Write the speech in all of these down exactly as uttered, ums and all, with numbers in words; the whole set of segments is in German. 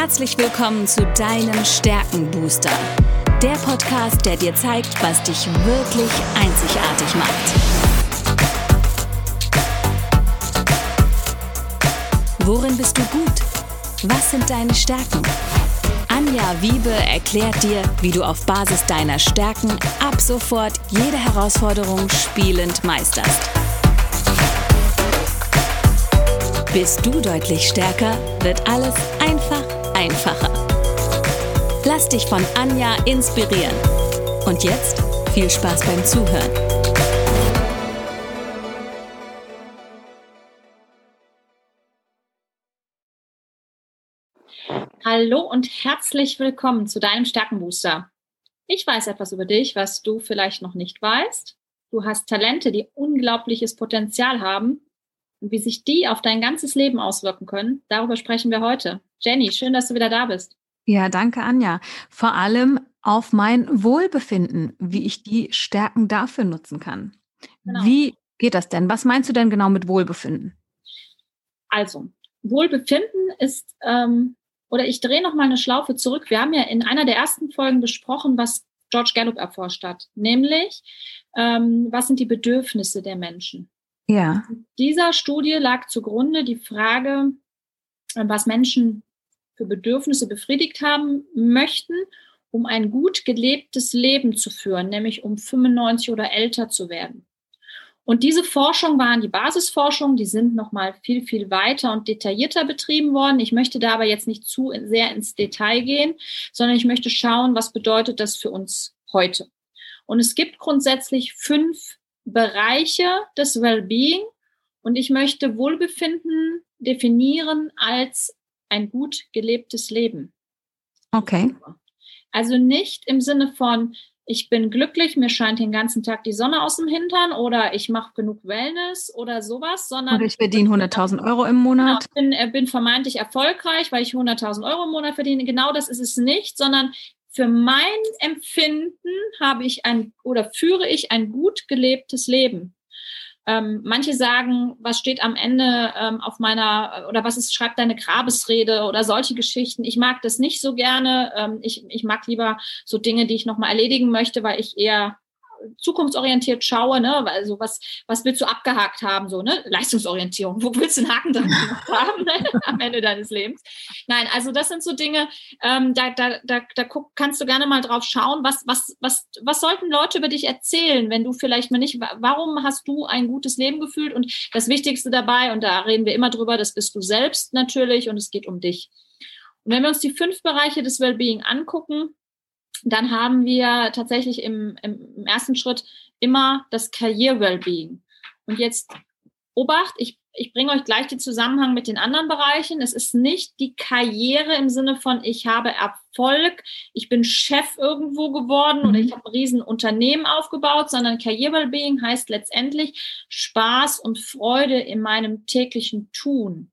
Herzlich willkommen zu deinem Stärkenbooster. Der Podcast, der dir zeigt, was dich wirklich einzigartig macht. Worin bist du gut? Was sind deine Stärken? Anja Wiebe erklärt dir, wie du auf Basis deiner Stärken ab sofort jede Herausforderung spielend meisterst. Bist du deutlich stärker, wird alles einfach einfacher. Lass dich von Anja inspirieren. Und jetzt viel Spaß beim Zuhören. Hallo und herzlich willkommen zu deinem Stärkenbooster. Ich weiß etwas über dich, was du vielleicht noch nicht weißt. Du hast Talente, die unglaubliches Potenzial haben. Und wie sich die auf dein ganzes Leben auswirken können, darüber sprechen wir heute. Jenny, schön, dass du wieder da bist. Ja, danke, Anja. Vor allem auf mein Wohlbefinden, wie ich die Stärken dafür nutzen kann. Genau. Wie geht das denn? Was meinst du denn genau mit Wohlbefinden? Also, Wohlbefinden ist, ähm, oder ich drehe noch mal eine Schlaufe zurück. Wir haben ja in einer der ersten Folgen besprochen, was George Gallup erforscht hat, nämlich, ähm, was sind die Bedürfnisse der Menschen? Ja. Dieser Studie lag zugrunde die Frage, was Menschen für Bedürfnisse befriedigt haben möchten, um ein gut gelebtes Leben zu führen, nämlich um fünfundneunzig oder älter zu werden. Und diese Forschung waren die Basisforschung, die sind nochmal viel, viel weiter und detaillierter betrieben worden. Ich möchte da aber jetzt nicht zu sehr ins Detail gehen, sondern ich möchte schauen, was bedeutet das für uns heute. Und es gibt grundsätzlich fünf Bereiche des Wellbeing und ich möchte Wohlbefinden definieren als ein gut gelebtes Leben. Okay. Also nicht im Sinne von, ich bin glücklich, mir scheint den ganzen Tag die Sonne aus dem Hintern oder ich mache genug Wellness oder sowas, sondern oder ich verdiene hunderttausend Euro im Monat. Genau, ich bin, bin vermeintlich erfolgreich, weil ich hunderttausend Euro im Monat verdiene. Genau das ist es nicht, sondern für mein Empfinden habe ich ein oder führe ich ein gut gelebtes Leben. Ähm, manche sagen, was steht am Ende ähm, auf meiner, oder was ist, schreibt deine Grabesrede oder solche Geschichten. Ich mag das nicht so gerne. Ähm, ich, ich mag lieber so Dinge, die ich nochmal erledigen möchte, weil ich eher zukunftsorientiert schaue, ne, also was, was willst du abgehakt haben, so, ne, Leistungsorientierung, wo willst du einen Haken dran gemacht haben, ne? Am Ende deines Lebens? Nein, also das sind so Dinge, ähm, da, da, da, da guck, kannst du gerne mal drauf schauen, was, was, was, was sollten Leute über dich erzählen, wenn du vielleicht mal nicht, warum hast du ein gutes Leben gefühlt? Und das Wichtigste dabei, und da reden wir immer drüber, das bist du selbst natürlich und es geht um dich. Und wenn wir uns die fünf Bereiche des Wellbeing angucken, dann haben wir tatsächlich im, im ersten Schritt immer das Career-Wellbeing. Und jetzt Obacht, ich, ich bringe euch gleich den Zusammenhang mit den anderen Bereichen. Es ist nicht die Karriere im Sinne von, ich habe Erfolg, ich bin Chef irgendwo geworden mhm. oder ich habe ein Riesenunternehmen aufgebaut, sondern Career-Wellbeing heißt letztendlich Spaß und Freude in meinem täglichen Tun.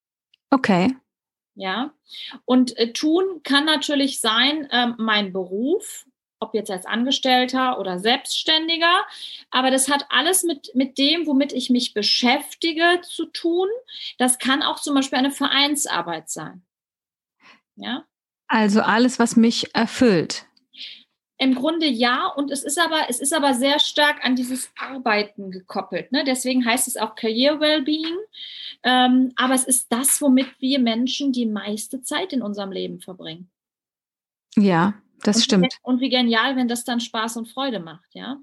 Okay. Ja, und äh, tun kann natürlich sein, ähm, mein Beruf, ob jetzt als Angestellter oder Selbstständiger, aber das hat alles mit, mit dem, womit ich mich beschäftige, zu tun. Das kann auch zum Beispiel eine Vereinsarbeit sein. Ja. Also alles, was mich erfüllt. Im Grunde ja, und es ist aber, es ist aber sehr stark an dieses Arbeiten gekoppelt. Ne? Deswegen heißt es auch Career Wellbeing. Ähm, aber es ist das, womit wir Menschen die meiste Zeit in unserem Leben verbringen. Ja, das und stimmt. Wie, und wie genial, wenn das dann Spaß und Freude macht, ja.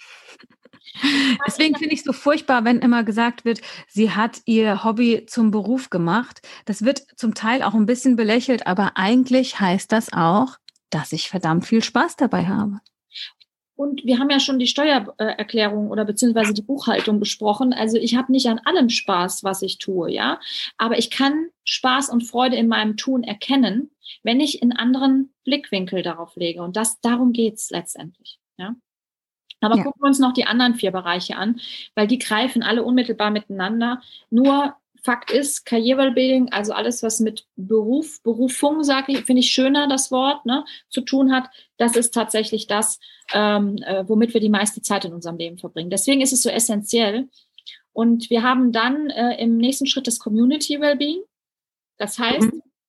Deswegen finde ich es so furchtbar, wenn immer gesagt wird, sie hat ihr Hobby zum Beruf gemacht. Das wird zum Teil auch ein bisschen belächelt, aber eigentlich heißt das auch, dass ich verdammt viel Spaß dabei habe. Und wir haben ja schon die Steuererklärung oder beziehungsweise die Buchhaltung besprochen. Also ich habe nicht an allem Spaß, was ich tue, ja. Aber ich kann Spaß und Freude in meinem Tun erkennen, wenn ich einen anderen Blickwinkel darauf lege. Und das, darum geht's letztendlich, ja. Aber ja. Gucken wir uns noch die anderen vier Bereiche an, weil die greifen alle unmittelbar miteinander. Nur Fakt ist, Career-Wellbeing, also alles, was mit Beruf, Berufung, sage ich, finde ich schöner, das Wort, ne, zu tun hat, das ist tatsächlich das, ähm, äh, womit wir die meiste Zeit in unserem Leben verbringen. Deswegen ist es so essentiell. Und wir haben dann äh, im nächsten Schritt das Community Wellbeing. Das heißt, mhm.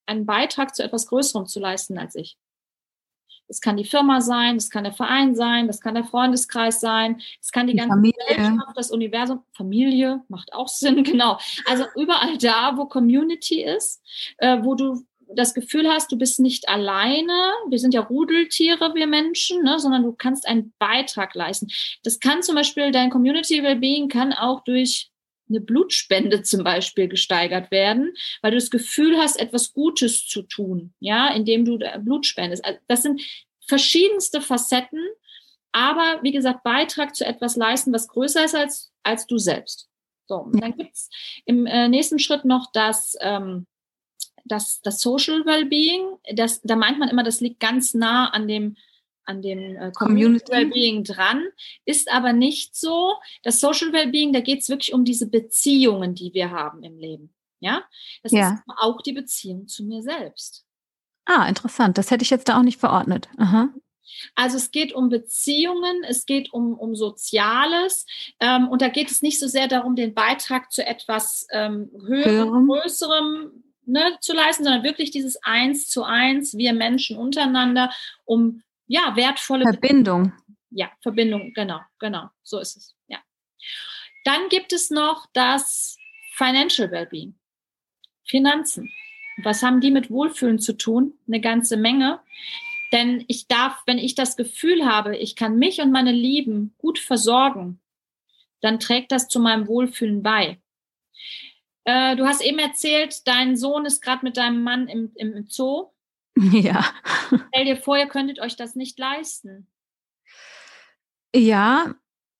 einen Beitrag zu etwas Größerem zu leisten als ich. Das kann die Firma sein, das kann der Verein sein, das kann der Freundeskreis sein, das kann die, die ganze Familie. Gesellschaft, das Universum, Familie, macht auch Sinn, genau. Also überall da, wo Community ist, äh, wo du das Gefühl hast, du bist nicht alleine, wir sind ja Rudeltiere, wir Menschen, ne, sondern du kannst einen Beitrag leisten. Das kann zum Beispiel, dein Community Wellbeing kann auch durch eine Blutspende zum Beispiel gesteigert werden, weil du das Gefühl hast, etwas Gutes zu tun, ja, indem du Blut spendest. Also das sind verschiedenste Facetten, aber wie gesagt, Beitrag zu etwas leisten, was größer ist als, als du selbst. So, und dann gibt's im äh, nächsten Schritt noch das, ähm, das, das Social Wellbeing. Das, da meint man immer, das liegt ganz nah an dem an dem äh, Community Wellbeing dran, ist aber nicht so. Das Social Wellbeing, da geht es wirklich um diese Beziehungen, die wir haben im Leben. Ja, das ja. ist auch die Beziehung zu mir selbst. Ah, interessant. Das hätte ich jetzt da auch nicht verordnet. Aha. Also es geht um Beziehungen, es geht um, um Soziales ähm, und da geht es nicht so sehr darum, den Beitrag zu etwas ähm, höherem, größerem ne, zu leisten, sondern wirklich dieses Eins zu Eins, wir Menschen untereinander, um ja, wertvolle Verbindung. Ja, Verbindung, genau, genau, so ist es, ja. Dann gibt es noch das Financial Wellbeing, Finanzen. Was haben die mit Wohlfühlen zu tun? Eine ganze Menge, denn ich darf, wenn ich das Gefühl habe, ich kann mich und meine Lieben gut versorgen, dann trägt das zu meinem Wohlfühlen bei. Äh, du hast eben erzählt, dein Sohn ist gerade mit deinem Mann im, im Zoo. Ja. Stell dir vor, ihr könntet euch das nicht leisten. Ja,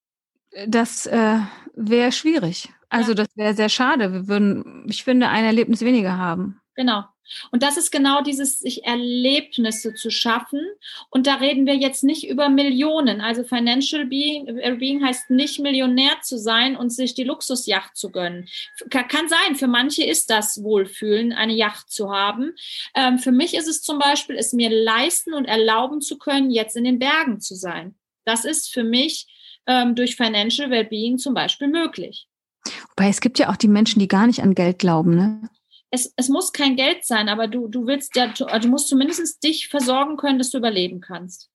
das äh, wäre schwierig. Also ja. Das wäre sehr schade. Wir würden, ich finde, ein Erlebnis weniger haben. Genau. Und das ist genau dieses, sich Erlebnisse zu schaffen. Und da reden wir jetzt nicht über Millionen. Also Financial Being, Being heißt nicht Millionär zu sein und sich die Luxusjacht zu gönnen. Kann sein, für manche ist das Wohlfühlen, eine Yacht zu haben. Ähm, für mich ist es zum Beispiel, es mir leisten und erlauben zu können, jetzt in den Bergen zu sein. Das ist für mich ähm, durch Financial Wellbeing zum Beispiel möglich. Wobei es gibt ja auch die Menschen, die gar nicht an Geld glauben, ne? Es, es muss kein Geld sein, aber du, du willst ja, du, du musst zumindest dich versorgen können, dass du überleben kannst.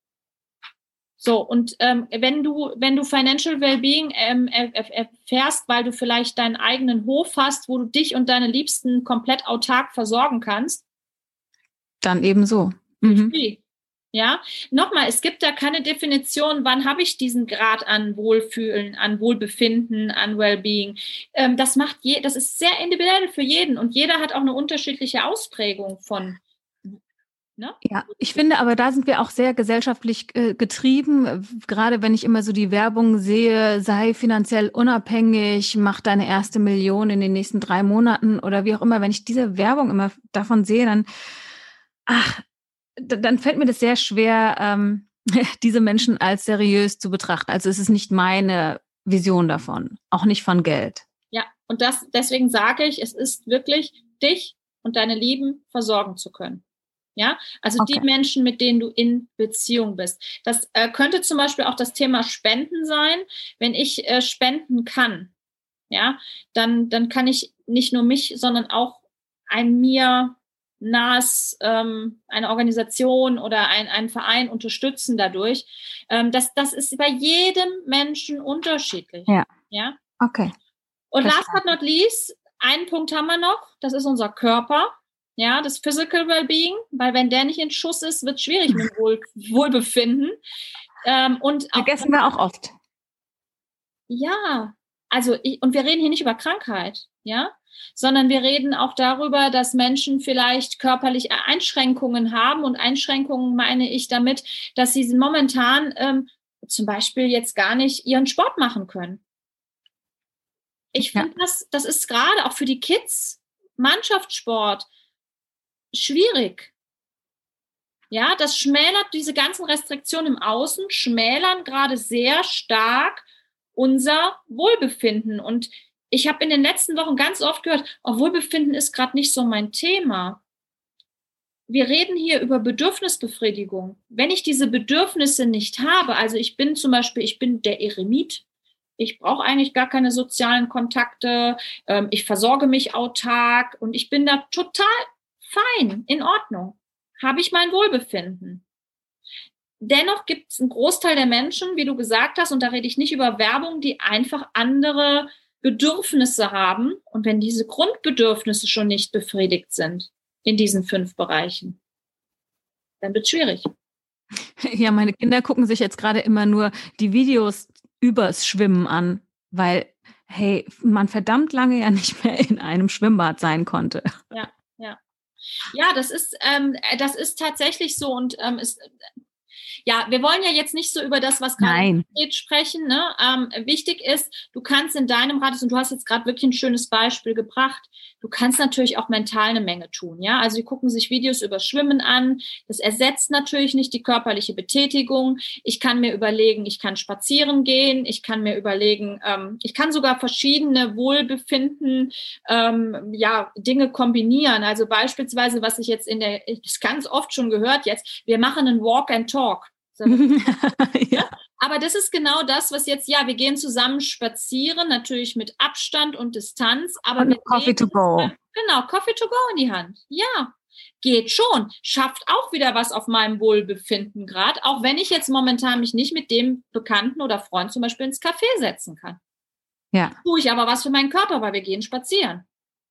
So, und ähm, wenn du, wenn du Financial Wellbeing ähm, erfährst, weil du vielleicht deinen eigenen Hof hast, wo du dich und deine Liebsten komplett autark versorgen kannst. Dann eben so. Mhm. Ja, nochmal, es gibt da keine Definition, wann habe ich diesen Grad an Wohlfühlen, an Wohlbefinden, an Wellbeing. Ähm, das macht je, das ist sehr individuell für jeden und jeder hat auch eine unterschiedliche Ausprägung von. Ne? Ja, ich finde, aber da sind wir auch sehr gesellschaftlich äh, getrieben. Gerade wenn ich immer so die Werbung sehe, sei finanziell unabhängig, mach deine erste Million in den nächsten drei Monaten oder wie auch immer. Wenn ich diese Werbung immer davon sehe, dann, ach, dann fällt mir das sehr schwer, ähm, diese Menschen als seriös zu betrachten. Also es ist nicht meine Vision davon, auch nicht von Geld. Ja, und das deswegen sage ich, es ist wirklich, dich und deine Lieben versorgen zu können. Ja, also okay. Die Menschen, mit denen du in Beziehung bist. Das äh, könnte zum Beispiel auch das Thema Spenden sein. Wenn ich äh, spenden kann, ja, dann, dann kann ich nicht nur mich, sondern auch ein mir nahes, ähm, eine Organisation oder ein, einen Verein unterstützen dadurch. Ähm, das, das ist bei jedem Menschen unterschiedlich. Ja. Ja? Okay. Und last but not least, einen Punkt haben wir noch, das ist unser Körper. Ja, das Physical Wellbeing, weil wenn der nicht in Schuss ist, wird es schwierig mit dem Wohl, Wohlbefinden. Ähm, und Vergessen wir auch oft. Ja, also ich, und wir reden hier nicht über Krankheit, ja, sondern wir reden auch darüber, dass Menschen vielleicht körperlich Einschränkungen haben und Einschränkungen meine ich damit, dass sie momentan ähm, zum Beispiel jetzt gar nicht ihren Sport machen können. Ich finde, ja. das, das ist gerade auch für die Kids Mannschaftssport schwierig. Ja, das schmälert, diese ganzen Restriktionen im Außen schmälern gerade sehr stark unser Wohlbefinden. Und ich habe in den letzten Wochen ganz oft gehört, oh, Wohlbefinden ist gerade nicht so mein Thema. Wir reden hier über Bedürfnisbefriedigung. Wenn ich diese Bedürfnisse nicht habe, also ich bin zum Beispiel, ich bin der Eremit, ich brauche eigentlich gar keine sozialen Kontakte, ähm, ich versorge mich autark und ich bin da total fein, in Ordnung. Habe ich mein Wohlbefinden. Dennoch gibt es einen Großteil der Menschen, wie du gesagt hast, und da rede ich nicht über Werbung, die einfach andere Bedürfnisse haben. Und wenn diese Grundbedürfnisse schon nicht befriedigt sind in diesen fünf Bereichen, dann wird es schwierig. Ja, meine Kinder gucken sich jetzt gerade immer nur die Videos übers Schwimmen an, weil, hey, man verdammt lange ja nicht mehr in einem Schwimmbad sein konnte. Ja, ja. Ja, das ist, ähm, das ist tatsächlich so und ähm, ist, ja, wir wollen ja jetzt nicht so über das, was gerade geht, sprechen. Ne? Ähm, wichtig ist, du kannst in deinem Radius, und du hast jetzt gerade wirklich ein schönes Beispiel gebracht, du kannst natürlich auch mental eine Menge tun. Ja, also die gucken sich Videos über Schwimmen an. Das ersetzt natürlich nicht die körperliche Betätigung. Ich kann mir überlegen, ich kann spazieren gehen. Ich kann mir überlegen, ähm, ich kann sogar verschiedene Wohlbefinden, ähm, ja, Dinge kombinieren. Also beispielsweise, was ich jetzt in der, ich das ganz oft schon gehört jetzt, wir machen einen Walk and Talk. So, ja. Aber das ist genau das, was jetzt, ja, wir gehen zusammen spazieren, natürlich mit Abstand und Distanz. Aber und mit Coffee to go. Genau, Coffee to go in die Hand. Ja, geht schon. Schafft auch wieder was auf meinem Wohlbefinden gerade, auch wenn ich jetzt momentan mich nicht mit dem Bekannten oder Freund zum Beispiel ins Café setzen kann. Ja. Tue ich aber was für meinen Körper, weil wir gehen spazieren.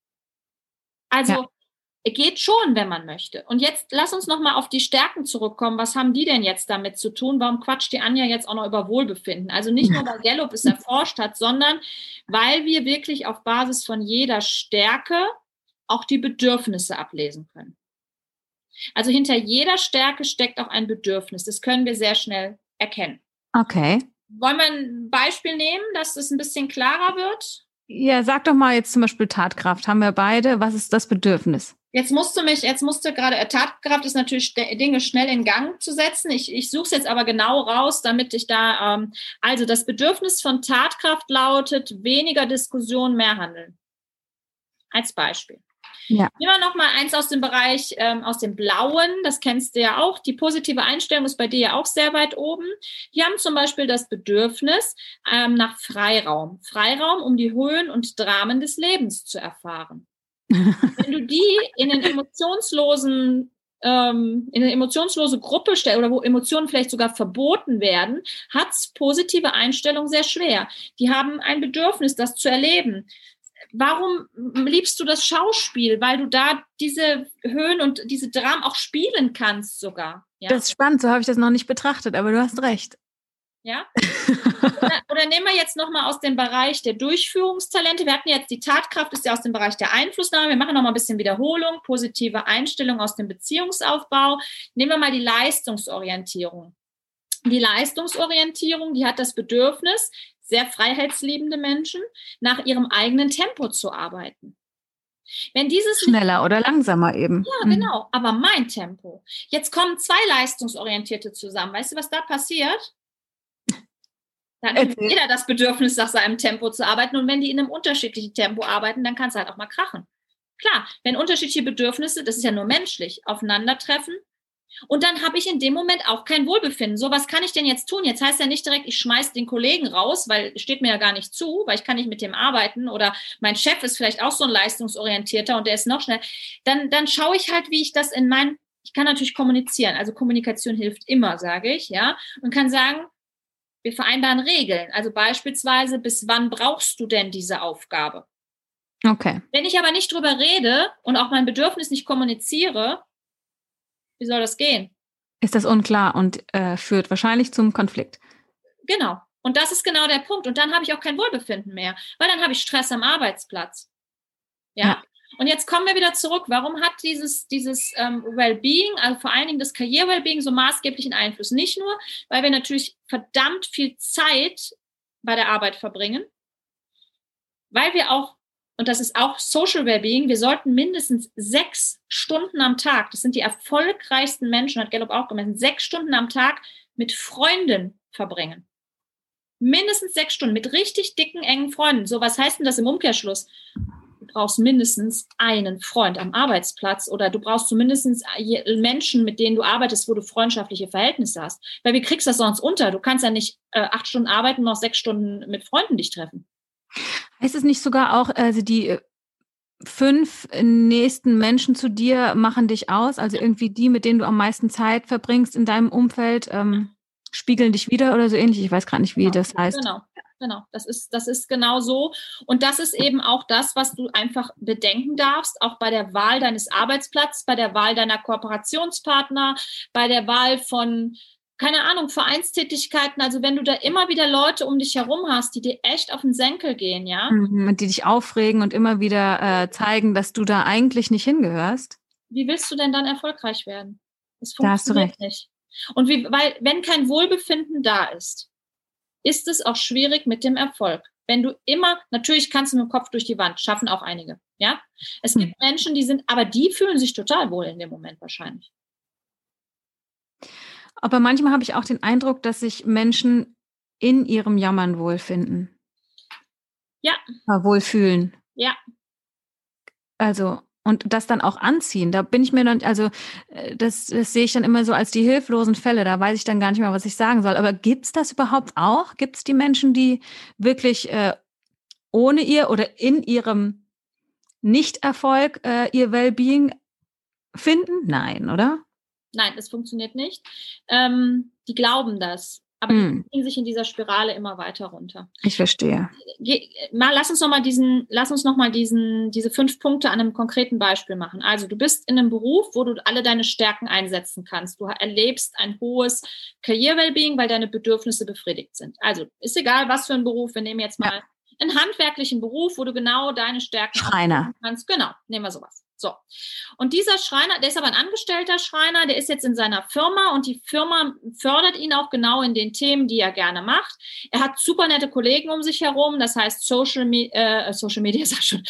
Also, ja. Geht schon, wenn man möchte. Und jetzt lass uns noch mal auf die Stärken zurückkommen. Was haben die denn jetzt damit zu tun? Warum quatscht die Anja jetzt auch noch über Wohlbefinden? Also nicht nur, weil Gallup es erforscht hat, sondern weil wir wirklich auf Basis von jeder Stärke auch die Bedürfnisse ablesen können. Also hinter jeder Stärke steckt auch ein Bedürfnis. Das können wir sehr schnell erkennen. Okay. Wollen wir ein Beispiel nehmen, dass es ein bisschen klarer wird? Ja, sag doch mal jetzt zum Beispiel Tatkraft. Haben wir beide. Was ist das Bedürfnis? Jetzt musst du mich, jetzt musst du gerade, Tatkraft ist natürlich, Dinge schnell in Gang zu setzen. Ich, ich suche es jetzt aber genau raus, damit ich da, ähm, also das Bedürfnis von Tatkraft lautet, weniger Diskussion, mehr Handeln. Als Beispiel. Ja. Nehmen wir noch mal eins aus dem Bereich, ähm, aus dem Blauen, das kennst du ja auch. Die positive Einstellung ist bei dir ja auch sehr weit oben. Die haben zum Beispiel das Bedürfnis ähm, nach Freiraum. Freiraum, um die Höhen und Dramen des Lebens zu erfahren. Wenn du die in einen emotionslosen, ähm, in eine emotionslose Gruppe stellst oder wo Emotionen vielleicht sogar verboten werden, hat's positive Einstellung sehr schwer. Die haben ein Bedürfnis, das zu erleben. Warum liebst du das Schauspiel? Weil du da diese Höhen und diese Dramen auch spielen kannst sogar. Ja? Das ist spannend, so habe ich das noch nicht betrachtet, aber du hast recht. Ja? Oder, oder nehmen wir jetzt nochmal aus dem Bereich der Durchführungstalente. Wir hatten jetzt die Tatkraft, ist ja aus dem Bereich der Einflussnahme. Wir machen nochmal ein bisschen Wiederholung, positive Einstellung aus dem Beziehungsaufbau. Nehmen wir mal die Leistungsorientierung. Die Leistungsorientierung, die hat das Bedürfnis, sehr freiheitsliebende Menschen, nach ihrem eigenen Tempo zu arbeiten. Wenn dieses schneller oder langsamer eben. Ja, genau, aber mein Tempo. Jetzt kommen zwei Leistungsorientierte zusammen. Weißt du, was da passiert? Dann hat jeder das Bedürfnis, nach seinem Tempo zu arbeiten. Und wenn die in einem unterschiedlichen Tempo arbeiten, dann kann es halt auch mal krachen. Klar, wenn unterschiedliche Bedürfnisse, das ist ja nur menschlich, aufeinandertreffen, und dann habe ich in dem Moment auch kein Wohlbefinden. So, was kann ich denn jetzt tun? Jetzt heißt ja nicht direkt, ich schmeiß den Kollegen raus, weil steht mir ja gar nicht zu, weil ich kann nicht mit dem arbeiten oder mein Chef ist vielleicht auch so ein leistungsorientierter und der ist noch schnell. Dann, dann schaue ich halt, wie ich das in meinem, ich kann natürlich kommunizieren. Also Kommunikation hilft immer, sage ich, ja, und kann sagen, wir vereinbaren Regeln. Also beispielsweise, bis wann brauchst du denn diese Aufgabe? Okay. Wenn ich aber nicht drüber rede und auch mein Bedürfnis nicht kommuniziere, wie soll das gehen? Ist das unklar und äh, führt wahrscheinlich zum Konflikt. Genau. Und das ist genau der Punkt. Und dann habe ich auch kein Wohlbefinden mehr, weil dann habe ich Stress am Arbeitsplatz. Ja. ja. Und jetzt kommen wir wieder zurück. Warum hat dieses, dieses ähm, Wellbeing, also vor allen Dingen das Karriere-Wellbeing, so maßgeblichen Einfluss? Nicht nur, weil wir natürlich verdammt viel Zeit bei der Arbeit verbringen, weil wir auch, und das ist auch Social Wellbeing, wir sollten mindestens sechs Stunden am Tag, das sind die erfolgreichsten Menschen, hat Gallup auch gemessen, sechs Stunden am Tag mit Freunden verbringen. Mindestens sechs Stunden mit richtig dicken, engen Freunden. So, was heißt denn das im Umkehrschluss? Du brauchst mindestens einen Freund am Arbeitsplatz oder du brauchst zumindest Menschen, mit denen du arbeitest, wo du freundschaftliche Verhältnisse hast. Weil wie kriegst du das sonst unter? Du kannst ja nicht äh, acht Stunden arbeiten und noch sechs Stunden mit Freunden dich treffen. Heißt es nicht sogar auch, also die fünf nächsten Menschen zu dir machen dich aus? Also irgendwie die, mit denen du am meisten Zeit verbringst in deinem Umfeld, ähm, spiegeln dich wieder oder so ähnlich? Ich weiß gerade nicht, wie genau, das heißt. Genau, genau. Das ist, das ist genau so. Und das ist eben auch das, was du einfach bedenken darfst, auch bei der Wahl deines Arbeitsplatzes, bei der Wahl deiner Kooperationspartner, bei der Wahl von, keine Ahnung, Vereinstätigkeiten. Also wenn du da immer wieder Leute um dich herum hast, die dir echt auf den Senkel gehen, ja. Mhm, die dich aufregen und immer wieder äh, zeigen, dass du da eigentlich nicht hingehörst. Wie willst du denn dann erfolgreich werden? Das Da hast du funktioniert recht. nicht. Und wie, weil, wenn kein Wohlbefinden da ist, ist es auch schwierig mit dem Erfolg. Wenn du immer, natürlich kannst du mit dem Kopf durch die Wand, schaffen auch einige, ja. Es gibt Hm. Menschen, die sind, aber die fühlen sich total wohl in dem Moment wahrscheinlich. Aber manchmal habe ich auch den Eindruck, dass sich Menschen in ihrem Jammern wohlfinden. Ja. Äh, wohlfühlen. Ja. Also, und das dann auch anziehen. Da bin ich mir dann, also das, das sehe ich dann immer so als die hilflosen Fälle. Da weiß ich dann gar nicht mehr, was ich sagen soll. Aber gibt's das überhaupt auch? Gibt's die Menschen, die wirklich äh, ohne ihr oder in ihrem Nichterfolg äh, ihr Wellbeing finden? Nein, oder? Nein, das funktioniert nicht. Ähm, die glauben das, aber Hm. die ziehen sich in dieser Spirale immer weiter runter. Ich verstehe. Ge- mal, lass uns noch mal diesen, lass uns noch mal diesen, diese fünf Punkte an einem konkreten Beispiel machen. Also du bist in einem Beruf, wo du alle deine Stärken einsetzen kannst. Du erlebst ein hohes Karriere-Wellbeing, weil deine Bedürfnisse befriedigt sind. Also ist egal, was für ein Beruf. Wir nehmen jetzt mal ja. einen handwerklichen Beruf, wo du genau deine Stärken Schreiner kannst. Genau, nehmen wir sowas. So. Und dieser Schreiner, der ist aber ein angestellter Schreiner, der ist jetzt in seiner Firma und die Firma fördert ihn auch genau in den Themen, die er gerne macht. Er hat super nette Kollegen um sich herum, das heißt Social, äh, Social Media, sag schon,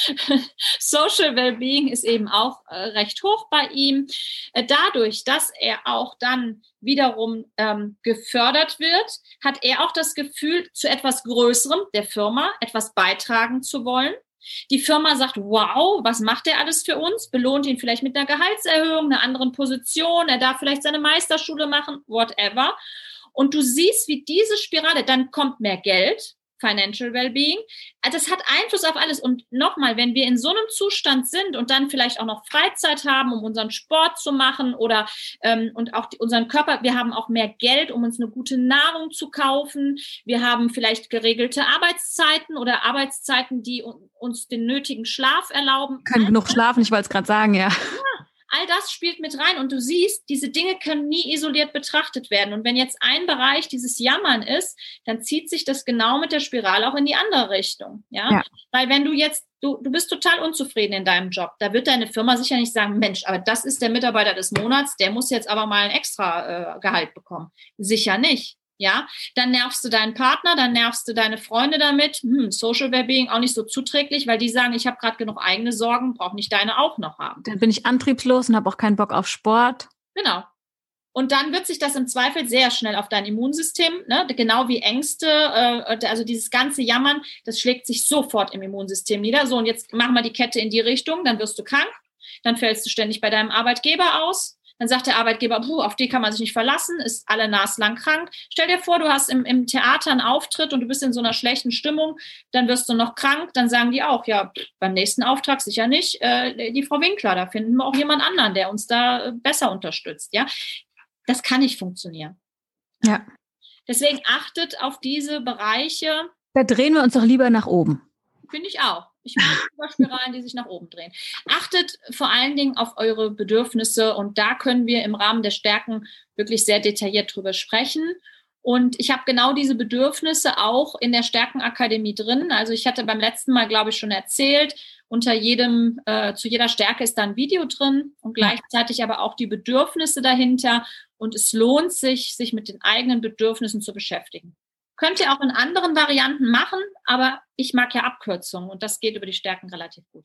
Social Wellbeing ist eben auch äh, recht hoch bei ihm. Äh, dadurch, dass er auch dann wiederum ähm, gefördert wird, hat er auch das Gefühl, zu etwas Größerem der Firma etwas beitragen zu wollen. Die Firma sagt, wow, was macht der alles für uns? Belohnt ihn vielleicht mit einer Gehaltserhöhung, einer anderen Position. Er darf vielleicht seine Meisterschule machen, whatever. Und du siehst, wie diese Spirale, dann kommt mehr Geld, Financial Wellbeing. Das hat Einfluss auf alles. Und nochmal, wenn wir in so einem Zustand sind und dann vielleicht auch noch Freizeit haben, um unseren Sport zu machen oder ähm, und auch die, unseren Körper, wir haben auch mehr Geld, um uns eine gute Nahrung zu kaufen. Wir haben vielleicht geregelte Arbeitszeiten oder Arbeitszeiten, die uns den nötigen Schlaf erlauben. Können genug schlafen, ich wollte es gerade sagen, ja. Ja. All das spielt mit rein und du siehst, diese Dinge können nie isoliert betrachtet werden. Und wenn jetzt ein Bereich dieses Jammern ist, dann zieht sich das genau mit der Spirale auch in die andere Richtung. Ja, ja. Weil wenn du jetzt, du, du bist total unzufrieden in deinem Job, da wird deine Firma sicher nicht sagen, Mensch, aber das ist der Mitarbeiter des Monats, der muss jetzt aber mal ein extra äh, Gehalt bekommen. Sicher nicht. Ja, dann nervst du deinen Partner, dann nervst du deine Freunde damit. Hm, Social Wellbeing auch nicht so zuträglich, weil die sagen, ich habe gerade genug eigene Sorgen, brauche nicht deine auch noch haben. Dann bin ich antriebslos und habe auch keinen Bock auf Sport. Genau. Und dann wird sich das im Zweifel sehr schnell auf dein Immunsystem, ne, genau wie Ängste, äh, also dieses ganze Jammern, das schlägt sich sofort im Immunsystem nieder. So, und jetzt machen wir die Kette in die Richtung, dann wirst du krank, dann fällst du ständig bei deinem Arbeitgeber aus. Dann sagt der Arbeitgeber, puh, auf die kann man sich nicht verlassen, ist alle naslang krank. Stell dir vor, du hast im, im Theater einen Auftritt und du bist in so einer schlechten Stimmung, dann wirst du noch krank, dann sagen die auch, ja, beim nächsten Auftrag sicher nicht, äh, die Frau Winkler, da finden wir auch jemand anderen, der uns da besser unterstützt, ja. Das kann nicht funktionieren. Ja. Deswegen achtet auf diese Bereiche. Da drehen wir uns doch lieber nach oben. Finde ich auch. Ich mag Überspiralen, die sich nach oben drehen. Achtet vor allen Dingen auf eure Bedürfnisse und da können wir im Rahmen der Stärken wirklich sehr detailliert drüber sprechen. Und ich habe genau diese Bedürfnisse auch in der Stärkenakademie drin. Also ich hatte beim letzten Mal, glaube ich, schon erzählt, unter jedem, äh, zu jeder Stärke ist da ein Video drin und gleichzeitig aber auch die Bedürfnisse dahinter. Und es lohnt sich, sich mit den eigenen Bedürfnissen zu beschäftigen. Könnt ihr auch in anderen Varianten machen, aber ich mag ja Abkürzungen und das geht über die Stärken relativ gut.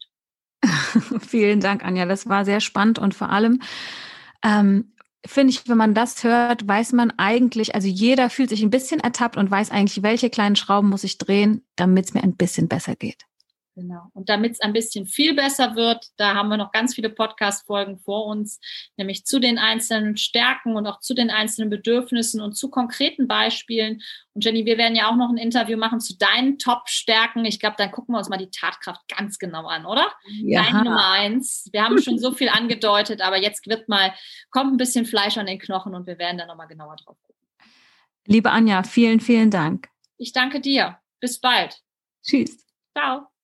Vielen Dank, Anja. Das war sehr spannend und vor allem ähm, finde ich, wenn man das hört, weiß man eigentlich, also jeder fühlt sich ein bisschen ertappt und weiß eigentlich, welche kleinen Schrauben muss ich drehen, damit es mir ein bisschen besser geht. Genau. Und damit es ein bisschen viel besser wird, da haben wir noch ganz viele Podcast-Folgen vor uns, nämlich zu den einzelnen Stärken und auch zu den einzelnen Bedürfnissen und zu konkreten Beispielen. Und Jenny, wir werden ja auch noch ein Interview machen zu deinen Top-Stärken. Ich glaube, dann gucken wir uns mal die Tatkraft ganz genau an, oder? Ja. Deine Nummer eins. Wir haben schon so viel angedeutet, aber jetzt wird mal, kommt ein bisschen Fleisch an den Knochen und wir werden da nochmal genauer drauf gucken. Liebe Anja, vielen, vielen Dank. Ich danke dir. Bis bald. Tschüss. Ciao.